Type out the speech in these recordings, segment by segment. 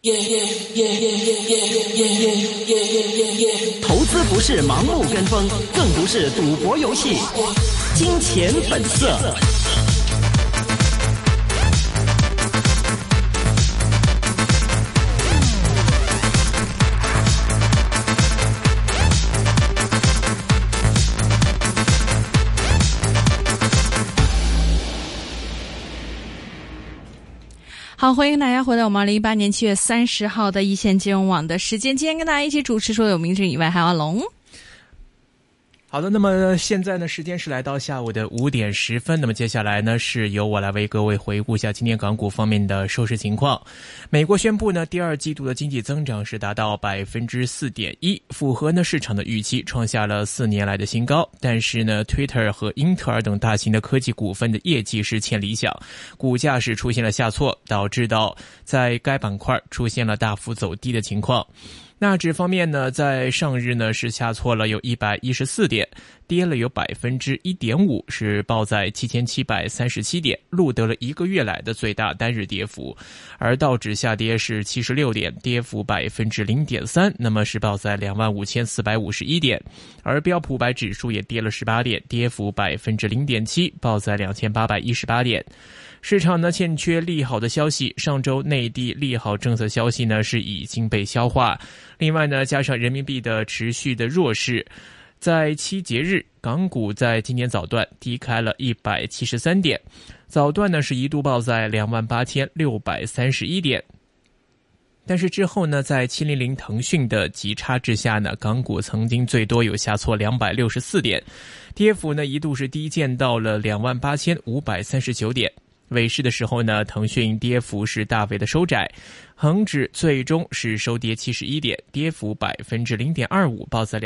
投资不是盲目跟风，更不是赌博游戏。金钱本色。 好，欢迎大家回到我们2018年7月30号的一线金融网的时间。今天跟大家一起主持，除了有明正以外，还有阿龙。 好的，那么现在呢，时间是来到下午的5点10分。那么接下来呢，是由我来为各位回顾一下今天港股方面的收市情况。美国宣布呢，第二季度的经济增长是达到 4.1%， 符合呢市场的预期，创下了4年来的新高。但是呢 ，Twitter 和英特尔等大型的科技股份的业绩是欠理想，股价是出现了下挫，导致到在该板块出现了大幅走低的情况。纳指方面呢，在上日呢是下挫了有114点，跌了有 1.5%， 是报在7737点，录得了1个月来的最大单日跌幅。而道指下跌是76点，跌幅 0.3%， 那么是报在25451点。而标普500指数也跌了18点，跌幅 0.7%， 报在2818点。市场呢欠缺利好的消息，上周内地利好政策消息呢是已经被消化。另外呢，加上人民币的持续的弱势，在7节日，港股在今年早段低开了173点，早段呢是一度报在28,631点。但是之后呢，在700腾讯的急插之下呢，港股曾经最多有下挫264点，跌幅呢一度是低见到了28,539点。尾市的时候呢，腾讯跌幅是大为的收窄，恒指最终是收跌71点，跌幅 0.25%， 报在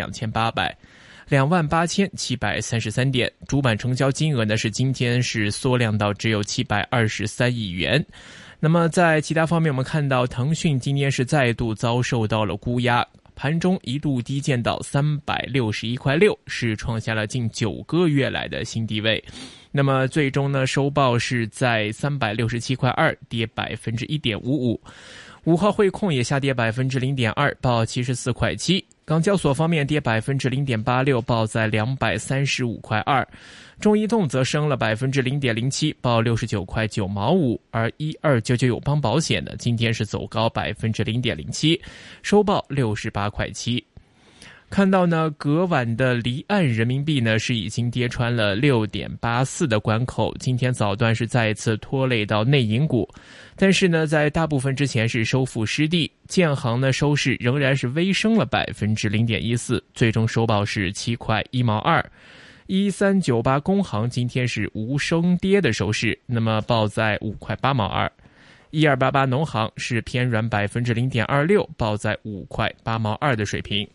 28,733点。主板成交金额呢是今天是缩量到只有723亿元。那么在其他方面，我们看到腾讯今天是再度遭受到了估压，盘中一度低见到361.6块，是创下了近9个月来的新低位。那么最终呢，收报是在367.2块，跌 1.55%。5号汇控也下跌 0.2%， 报74.7块。港交所方面跌 0.86%， 报在235.2块。中移动则升了 0.07%， 报69.9块。而12999友邦保险呢，今天是走高 0.07%， 收报68.7块。看到呢，隔晚的离岸人民币呢是已经跌穿了 6.84 的关口，今天早段是再一次拖累到内银股，但是呢，在大部分之前是收复失地，建行呢收市仍然是微升了 0.14%， 最终收报是7.1块。1398工行今天是无升跌的收市，那么报在5.8块。1288农行是偏软 0.26%， 报在5.8块的水平。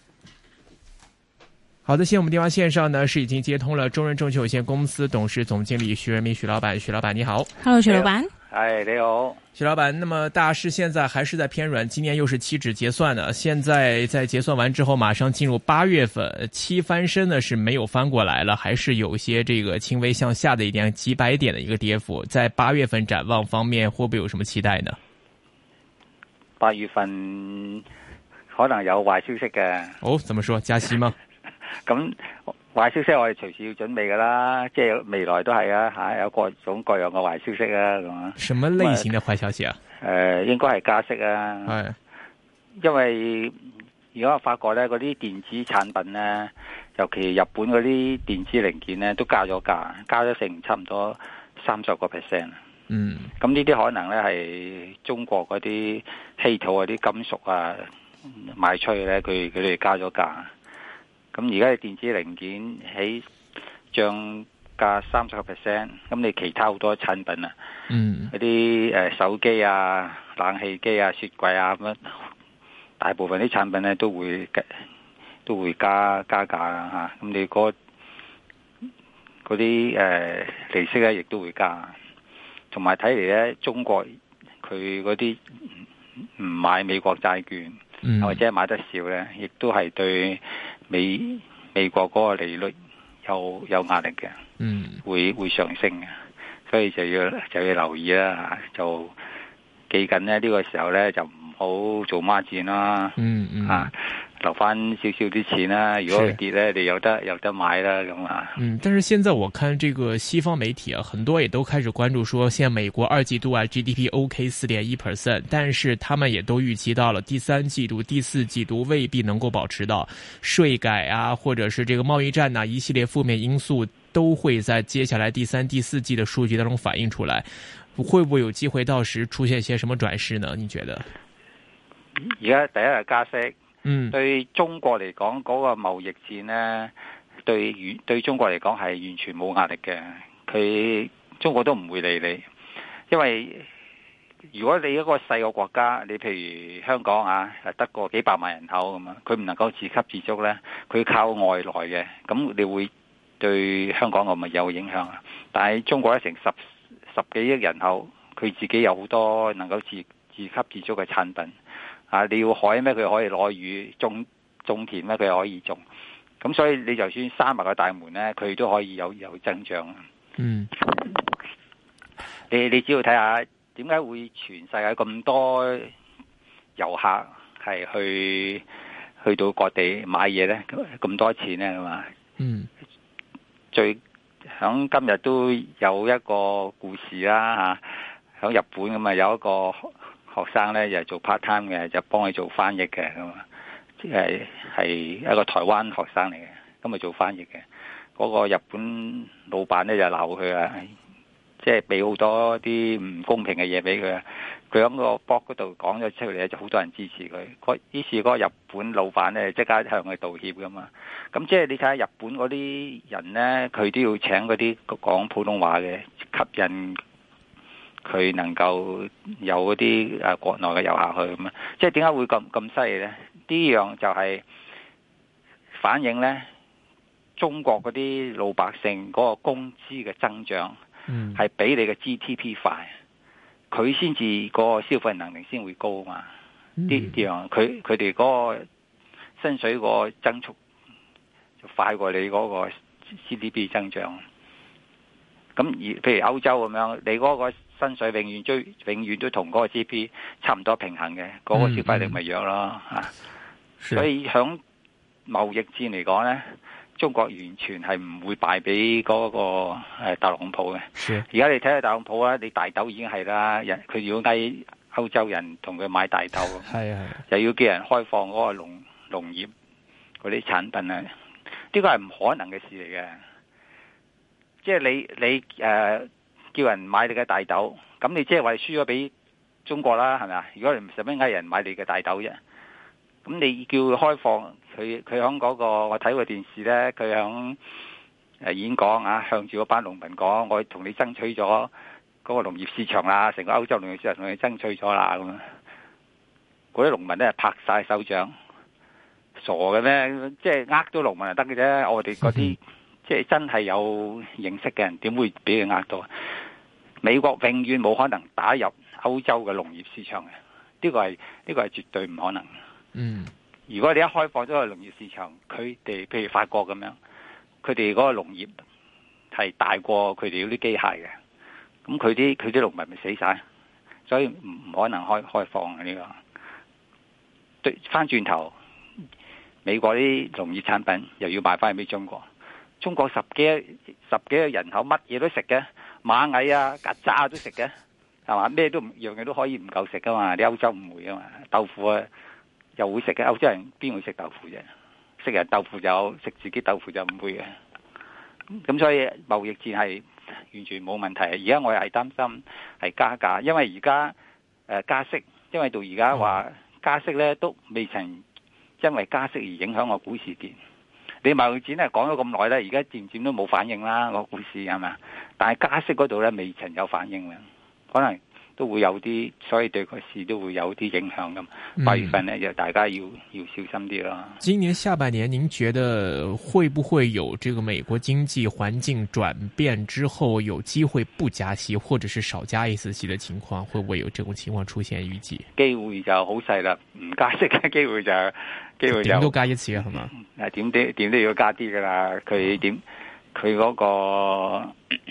好的，现在我们电话线上呢是已经接通了中润证券有限公司董事总经理徐仁明徐老板。徐老板你好。 Hello 徐老板。 哎，你好， 徐老板。那么大市现在还是在偏软，今年又是期指结算呢，现在在结算完之后马上进入8月份，期翻身呢是没有翻过来了，还是有一些这个轻微向下的一点几百点的一个跌幅，在8月份展望方面会不会有什么期待呢 ？8月份可能有壞消息嘅。 哦，怎麼說？加息嗎？ 咁壞消息我哋隨時要準備噶啦，即係未來都係啊嚇，有各種各樣嘅壞消息啊咁啊。 什麼類型的壞消息啊？ 應該係加息啊。 係， 因為而家我發覺咧，嗰啲電子產品咧，尤其日本嗰啲電子零件咧，都加咗價，加咗成差唔多30%。 嗯。 咁呢啲可能咧係中國嗰啲稀土嗰啲金屬啊賣出去咧，佢哋加咗價。咁而家嘅電子零件喺漲價30%，咁你其他好多產品啊，嗰啲手機啊、冷氣機啊、雪櫃啊咁樣，大部分啲產品咧都會加價啦嚇。咁你嗰啲利息咧亦都會加，同埋睇嚟咧，中國佢嗰啲唔買美國債券，或者買得少咧，亦都係對美國嗰個利率有壓力嘅，會上升嘅，所以就要留意啦嚇，就記緊呢個時候咧就唔好做孖展啦，留翻少少啲錢啦。如果佢跌咧，你有得買啦咁啊。 但是現在我看這個西方媒體啊，很多也都開始關注說，現在美國二季度啊 GDP OK 4.1%，但是他們也都預期到了第三季度、第四季度未必能夠保持到稅改啊，或者是這個貿易戰啊，一系列負面因素都會在接下來第三、第四季的數據當中反映出來。會不會有機會到時出現一些什麼轉勢呢？你覺得？ 而家第一係加息。對中國嚟講，嗰個貿易戰呢，對中國嚟講係完全冇壓力嘅。中國都唔會理你，因為如果你一個細個國家，你譬如香港啊，得個幾百萬人口咁啊，佢唔能夠自給自足呢，佢靠外來嘅，咁你會對香港咪有影響啊？但係中國一成十幾億人口，佢自己有好多能夠自給自足嘅產品。你要海咩？佢可以攞魚，種田咩？佢可以種。咁所以你就算閂埋個大門咧，佢都可以有增長。你只要睇下點解會全世界咁多遊客係去到各地買嘢咧，咁多錢咧，係嘛？最響今日都有一個故事啦嚇，響日本咁啊有一個學生咧就做 part time 嘅，就幫佢做翻譯嘅咁啊，係一個台灣學生嚟嘅，咁啊做翻譯嘅。嗰個日本老闆咧就鬧佢啊，即係俾好多啲唔公平嘅嘢俾佢。佢喺個 blog 嗰度講咗出嚟咧，就好多人支持佢。於是嗰個日本老闆咧即刻向佢道歉噶嘛。咁即係你睇下日本嗰啲人咧，佢都要請嗰啲講普通話嘅，吸引佢能夠有嗰啲國內嘅遊客去咁啊！即係點解會咁犀利咧？呢樣就係反映咧中國嗰啲老百姓嗰個工資嘅增長係比你嘅 GDP 快，佢先至嗰個消費能力先會高啊嘛！呢樣佢哋嗰個薪水嗰個增速就快過你嗰個 GDP 增長。咁而譬如歐洲咁樣，你嗰個薪水永遠都同嗰個 GDP 差唔多平衡嘅，嗰個消費力咪弱咯嚇。所以響貿易戰嚟講咧，中國完全係唔會敗俾嗰個特朗普嘅。而家你睇下特朗普啊，你大豆已經係啦，佢要嗌歐洲人同佢買大豆，又要叫人開放嗰個農業嗰啲產品啊，呢個係唔可能嘅事嚟嘅。即係你叫人買你嘅大豆，咁你即係話輸咗俾中國啦，係咪啊？如果你唔使咩嗌人買你嘅大豆啫，咁你叫佢開放，佢響嗰個我睇過電視咧，佢響演講啊，向住嗰班農民講，我同你爭取咗嗰個農業市場啦，成個歐洲農業市場同你爭取咗啦，咁啊，嗰啲農民咧拍晒手掌，傻嘅咩？即係呃到農民就得嘅啫，我哋嗰啲。即係真係有認識嘅人，點會俾佢呃到？美國永遠冇可能打入歐洲嘅農業市場嘅，呢個係絕對唔可能。如果你一開放咗個農業市場，佢哋譬如法國咁樣，佢哋嗰個農業係大過佢哋嗰啲機械嘅，咁佢啲農民咪死晒，所以唔可能開放嘅呢個。對，翻轉頭，美國啲農業產品又要賣翻去俾中國。中國十幾個人口，乜嘢都食嘅，螞蟻啊、曱甴都食嘅，係嘛？咩都樣嘢都可以唔夠食噶嘛？你歐洲唔會噶嘛？豆腐啊又會食嘅，歐洲人邊會食豆腐啫？食人豆腐就食自己豆腐就唔會嘅。咁所以貿易戰係完全冇問題。而家我係擔心係加價，因為而家加息，因為到而家話加息咧都未曾因為加息而影響個股市跌。你貿易戰咧講咗咁耐咧，而家漸漸都冇反應啦，個股市係咪？但係加息嗰度咧未曾有反應嘅，可能都會有啲，所以對個市都會有啲影響咁。8月份咧就大家要小心啲咯。 今年下半年，您覺得會不會有這個美國經濟環境轉變之後，有機會不加息，或者是少加一次息的情況？會不會有這種情況出現？預計機會就好細啦，唔加息嘅機會就點都加一次係嘛？ 點都要加啲噶啦。佢嗰個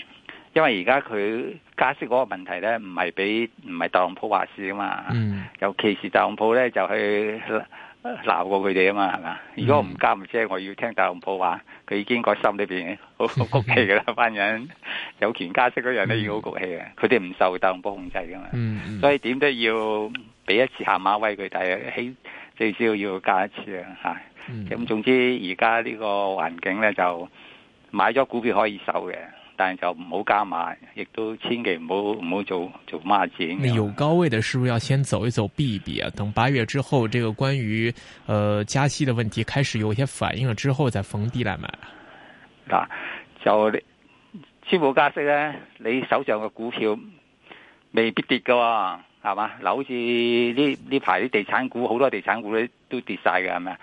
因為而家佢加息嗰個問題咧，唔係特朗普話事啊嘛，尤其是特朗普咧就去鬧過佢哋啊嘛，係嘛？如果我唔加，即係我要聽特朗普話，佢已經個心裏邊好谷氣噶啦，班人有權加息嗰人都已經好谷氣嘅，佢哋唔受特朗普控制噶嘛，所以點都要俾一次下馬威佢，但係最少要加一次啊嚇。咁總之而家呢個環境咧，就買咗股票可以守嘅，但係就唔好加碼，亦都千祈唔好做孖展。 有高位的是不是要先走一走避一避啊？等8月之後，這個關於加息的問題開始有一些反應了之後，再逢低來買。 嗱，就宣布加息咧，你手上嘅股票未必跌噶，係嘛？嗱，好似呢排啲地產股，好多地產股都跌晒嘅，係咪啊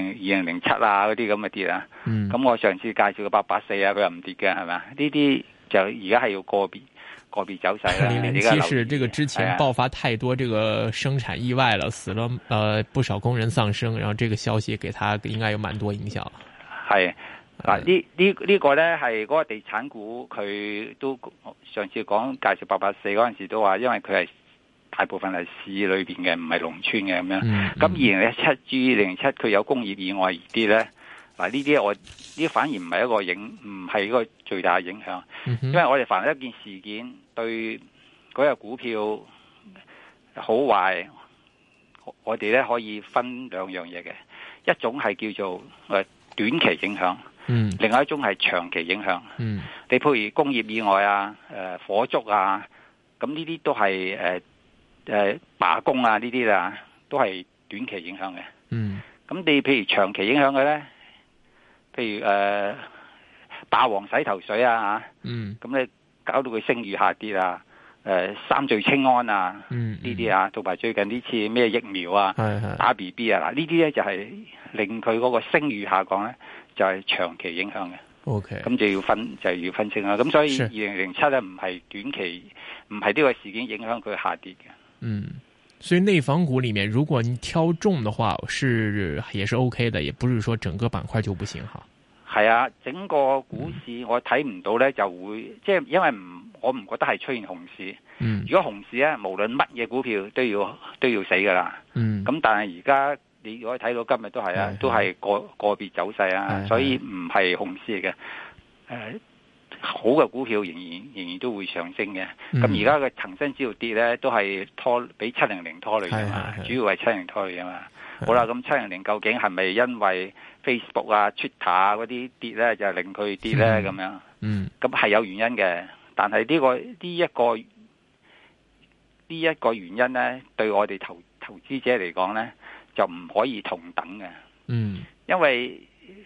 ？2007啊嗰啲咁嘅跌啊。咁我上次介紹嘅884啊，佢又唔跌嘅，係咪啊？呢啲就而家係要個別走勢啦。 007是這個之前爆發太多這個生產意外了，死了不少工人喪生，然後這個消息給他應該有蠻多影響。 係嗱，呢個咧係嗰個地產股，佢都上次講介紹884嗰陣時都話，因為佢係大部分係市裏邊嘅，唔係農村嘅咁樣。咁2017至2007佢有工業以外而啲咧，嗱呢啲呢反而唔係一個最大嘅影響，因為我哋凡一件事件對嗰隻股票好壞，我哋咧可以分兩樣嘢嘅，一種係叫做短期影響，另外一種係長期影響。你譬如工業意外啊、火燭啊，咁呢啲都係罷工啊呢啲啦，都係短期影響嘅。咁你譬如長期影響嘅咧，譬如霸王洗頭水啊咁你搞到佢聲譽下跌啊，三聚氰胺啊呢啲啊，同埋最近呢次咩疫苗啊打 BB 啊，嗱呢啲咧就係令佢嗰個聲譽下降咧，就係長期影響嘅。 OK， 咁就要分清啦。咁所以2007咧唔係短期，唔係呢個事件影響佢下跌嘅。 所以內房股裏面，如果你挑中的話，也是 OK 的，也不是說整個板塊就不行哈。 係啊，整個股市我睇唔到咧，就會即係因為我唔覺得係出現熊市。如果熊市咧，無論乜嘢股票都要死噶啦。咁但係而家你可以睇到今日都係啊，都係個別走勢啊，所以唔係熊市嚟嘅。好嘅股票仍然都會上升嘅。咁而家嘅恒生指數跌咧，都係俾700拖累嘅嘛，主要係700拖累嘅嘛。好啦，咁700究竟係咪因為 Facebook 啊、Twitter 啊嗰啲跌咧，就令佢跌咧咁樣？咁係有原因嘅，但係呢一個原因咧，對我哋投資者嚟講咧，就唔可以同等嘅。因為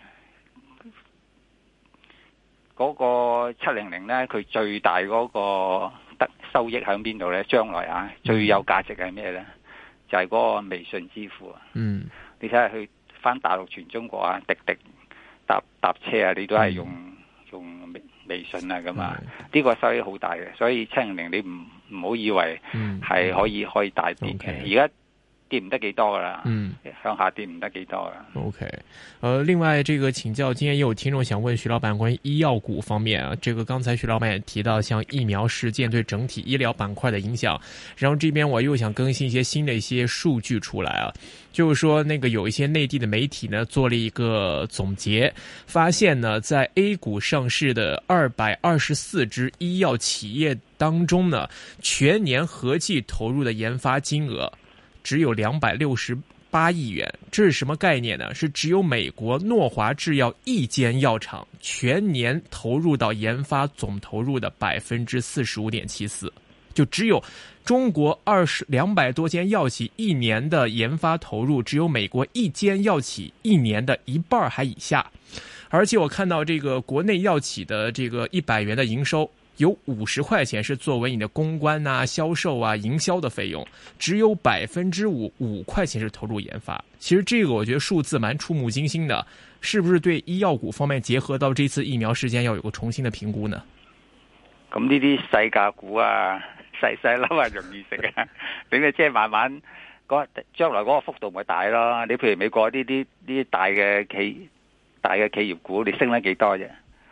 嗰個700咧，佢最大嗰個收益喺邊度咧？將來啊，最有價值係咩咧？就係嗰個微信支付啊！你睇下去返大陸全中國啊，滴滴搭車啊，你都係用微信啊咁啊！呢個收益好大嘅，所以700你唔好以為係可以大跌嘅。而家跌唔得幾多噶啦，向下跌唔得幾多啦。 OK，另外這個請教，今天也有聽眾想問徐老闆關於醫藥股方面啊，這個剛才徐老闆也提到，像疫苗事件對整體醫療板塊的影響，然後這邊我又想更新一些新的一些數據出來啊，就是說那個有一些內地的媒體呢做了一個總結，發現呢在 A 股上市的224隻醫藥企業當中呢，全年合計投入的研發金額只有268億元，這是什麼概念呢？是只有美國諾華製藥一間藥廠全年投入到研發總投入的45.74%，就只有中國200多間藥企一年的研發投入，只有美國一間藥企一年的一半還以下。而且我看到這個國內藥企的這個100元的營收，有50塊錢是作為你的公關啊、銷售啊、營銷的費用，只有5%，5塊錢是投入研發。其實這個我覺得數字蠻觸目驚心的，是不是對醫藥股方面結合到這次疫苗事件要有個重新的評估呢？ 咁呢啲細價股啊、細粒啊容易食啊，你咪即係慢慢將來嗰個幅度咪大咯。你譬如美國呢啲大嘅企業股，你升得幾多啫？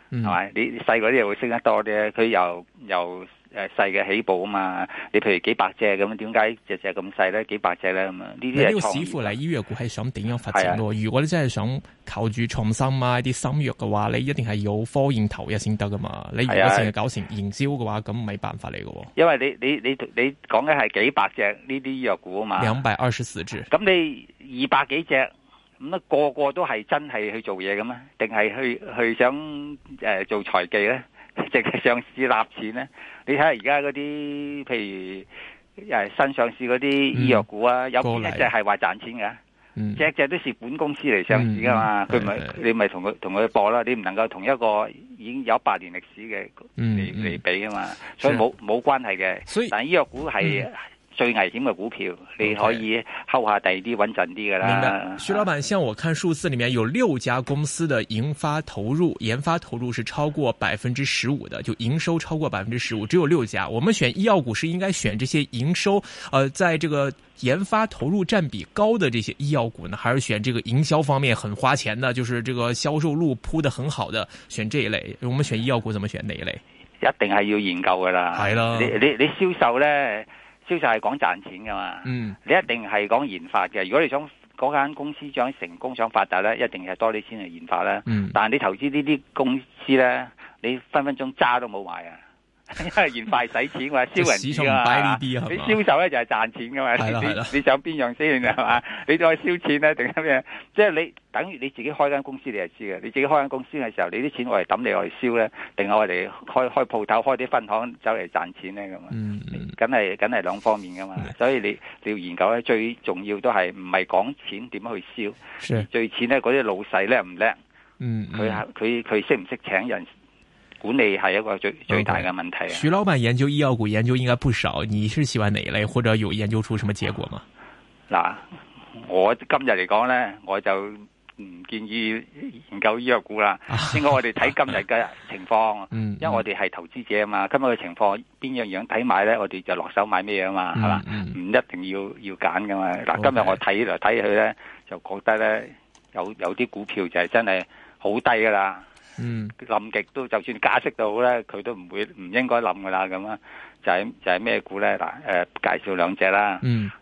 係咪？你細嗰啲又會升得多啲，佢由細嘅起步啊嘛。你譬如幾百隻咁，點解隻隻咁細咧？幾百隻咧咁啊？呢啲係創業。 視乎你醫藥股係想點樣發展咯。如果你真係想靠住創新啊啲新藥嘅話，你一定係有科研投入先得噶嘛。你如果淨係搞成營銷嘅話，咁冇辦法嚟嘅。因為你講嘅係幾百隻呢啲醫藥股啊嘛。 224隻。咁你200幾隻咁啊，個個都係真係去做嘢嘅咩？定係去想做財技咧？淨係上市納錢咧？你睇下而家嗰啲，譬如新上市嗰啲醫藥股啊，有邊一隻係話賺錢嘅？隻隻都是本公司嚟上市噶嘛？佢咪你咪同佢搏啦？你唔能夠同一個已經有100年歷史嘅嚟比啊嘛？所以冇關係嘅。但係醫藥股係最危險嘅股票，你可以睺下第二啲穩陣啲噶啦。 明白，徐老闆，像我看數字裏面有6家公司的研發投入是超過15%的，就營收超過15%，只有6家。我們選醫藥股是應該選這些營收，在這個研發投入占比高的這些醫藥股呢，還是選這個營銷方面很花錢的，就是這個銷售路鋪得很好的，選這一類？我們選醫藥股怎麼選哪一類？ 一定係要研究噶啦，係咯。你銷售呢？銷售係講賺錢噶嘛，你一定係講研發嘅。如果你想嗰間公司想成功想發達咧，一定係多啲錢去研發啦。但係你投資呢啲公司咧，你分分鐘渣都冇埋啊！因為研發使錢嘛，燒人錢啊嘛。你銷售咧就係賺錢噶嘛。你想邊樣先係嘛？你再燒錢咧定係咩？即係你等於你自己開間公司，你就知嘅。你自己開間公司嘅時候，你啲錢我嚟抌你我嚟燒咧，定係我嚟開鋪頭開啲分行走嚟賺錢咧咁啊？梗係兩方面噶嘛。所以你要研究咧，最重要都係唔係講錢點樣去燒，最錢咧嗰啲老細叻唔叻？佢識唔識請人？管理係一個最大嘅問題。 徐老闆研究醫藥股研究應該不少，你是喜歡哪一類，或者有研究出什麼結果嗎？ 嗱，我今日嚟講咧，我就唔建議研究醫藥股啦。應該我哋睇今日嘅情況，因為我哋係投資者啊嘛。今日嘅情況邊樣睇買咧，我哋就落手買咩啊嘛，係嘛？唔一定要揀噶嘛。嗱，今日我睇嚟睇去咧，就覺得咧有啲股票就係真係好低噶啦。冧極都，就算加息都好咧，佢都唔應該冧噶啦咁啊！就係咩股咧？嗱，介紹兩隻啦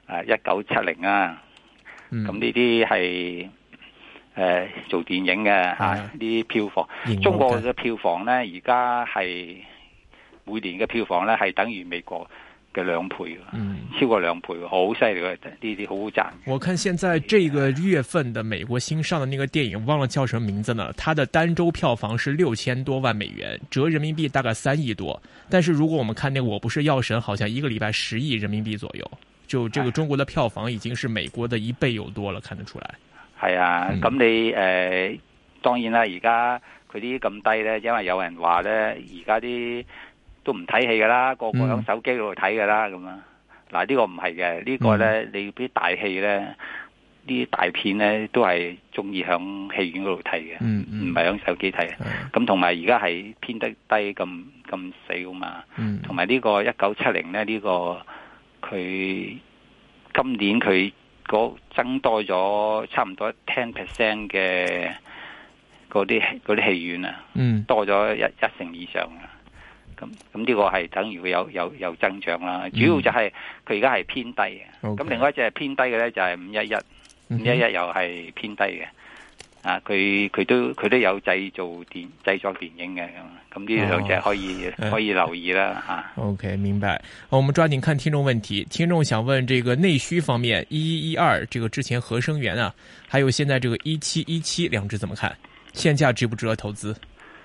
，1970啊，咁呢啲係做電影嘅嚇，啲票房，中國嘅票房咧，而家係每年嘅票房咧係等於美國嘅2倍，超過2倍，好犀利嘅，呢啲好好賺。 我看現在這個月份的美國新上的那個電影，忘了叫什麼名字呢？它的單周票房是6000多萬美元，折人民幣大概3億多。但是如果我們看那個我不是藥神，好像一個禮拜10億人民幣左右。就這個中國的票房已經是美國的1倍有多了，看得出來。 係啊，咁你當然啦，而家佢啲咁低咧，因為有人話咧，而家啲都唔睇戲噶啦，個個喺手機嗰度睇噶啦，咁啊。嗱，呢個唔係嘅，呢個咧你啲大戲咧，呢啲大片咧都係中意響戲院嗰度睇嘅，唔係響手機睇嘅。咁同埋而家係偏得低咁少嘛，同埋呢個1970咧，呢個佢今年佢增多咗差唔多10% 嘅嗰啲戲院啊，多咗一成以上啊。咁呢個係等於佢有增長啦，主要就係佢而家係偏低嘅。咁另外一隻偏低嘅咧就係511又係偏低嘅。啊，佢都有製作電影嘅咁呢兩隻可以留意啦嚇。 OK， 明白。好，我們抓緊看聽眾問題。聽眾想問這個內需方面，1112這個之前合生元啊，還有現在這個1717兩隻怎麼看？現價值不值得投資？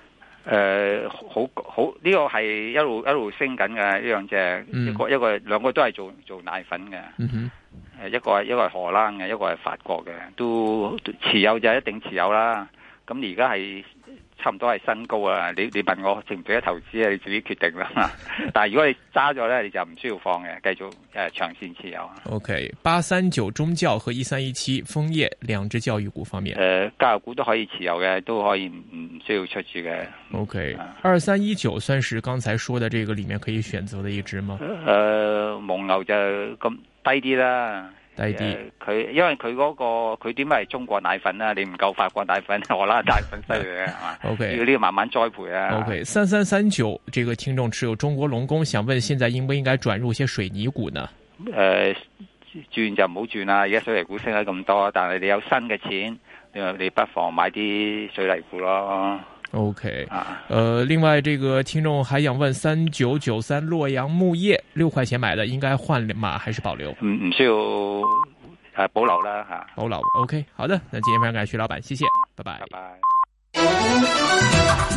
好呢個係一路升緊嘅呢兩隻，兩個都係做奶粉嘅，一個係荷蘭嘅，一個係法國嘅，都持有就一定持有啦。咁而家係差唔多係新高啊！你問我值唔值得投資啊？你自己決定啦。但係如果你揸咗咧，你就唔需要放嘅，繼續長線持有。 OK，839中教和1317楓葉兩隻教育股方面， 教育股都可以持有嘅，都可以唔需要出住嘅。 OK，2319算是剛才說的這個裡面可以選擇的一支嗎？ 蒙牛就咁低啲啦。 低啲。 因為佢嗰個佢點係中國奶粉啊？你唔夠法國奶粉，荷蘭奶粉犀利嘅係嘛 ？OK， 要呢個慢慢栽培啊。 OK，3339這個聽眾持有中國龍工，想問現在應不應該轉入一些水泥股呢？ 轉就唔好轉啦，而家水泥股升得咁多，但係你有新嘅錢，你不妨買啲水泥股咯。 OK，另外這個聽眾還想問3993洛陽鉬業6塊錢買的，應該換碼還是保留？ 唔需要保留啦吓。 保留 OK， 好的，那今天非常感謝徐老闆，謝謝，拜拜。 拜拜。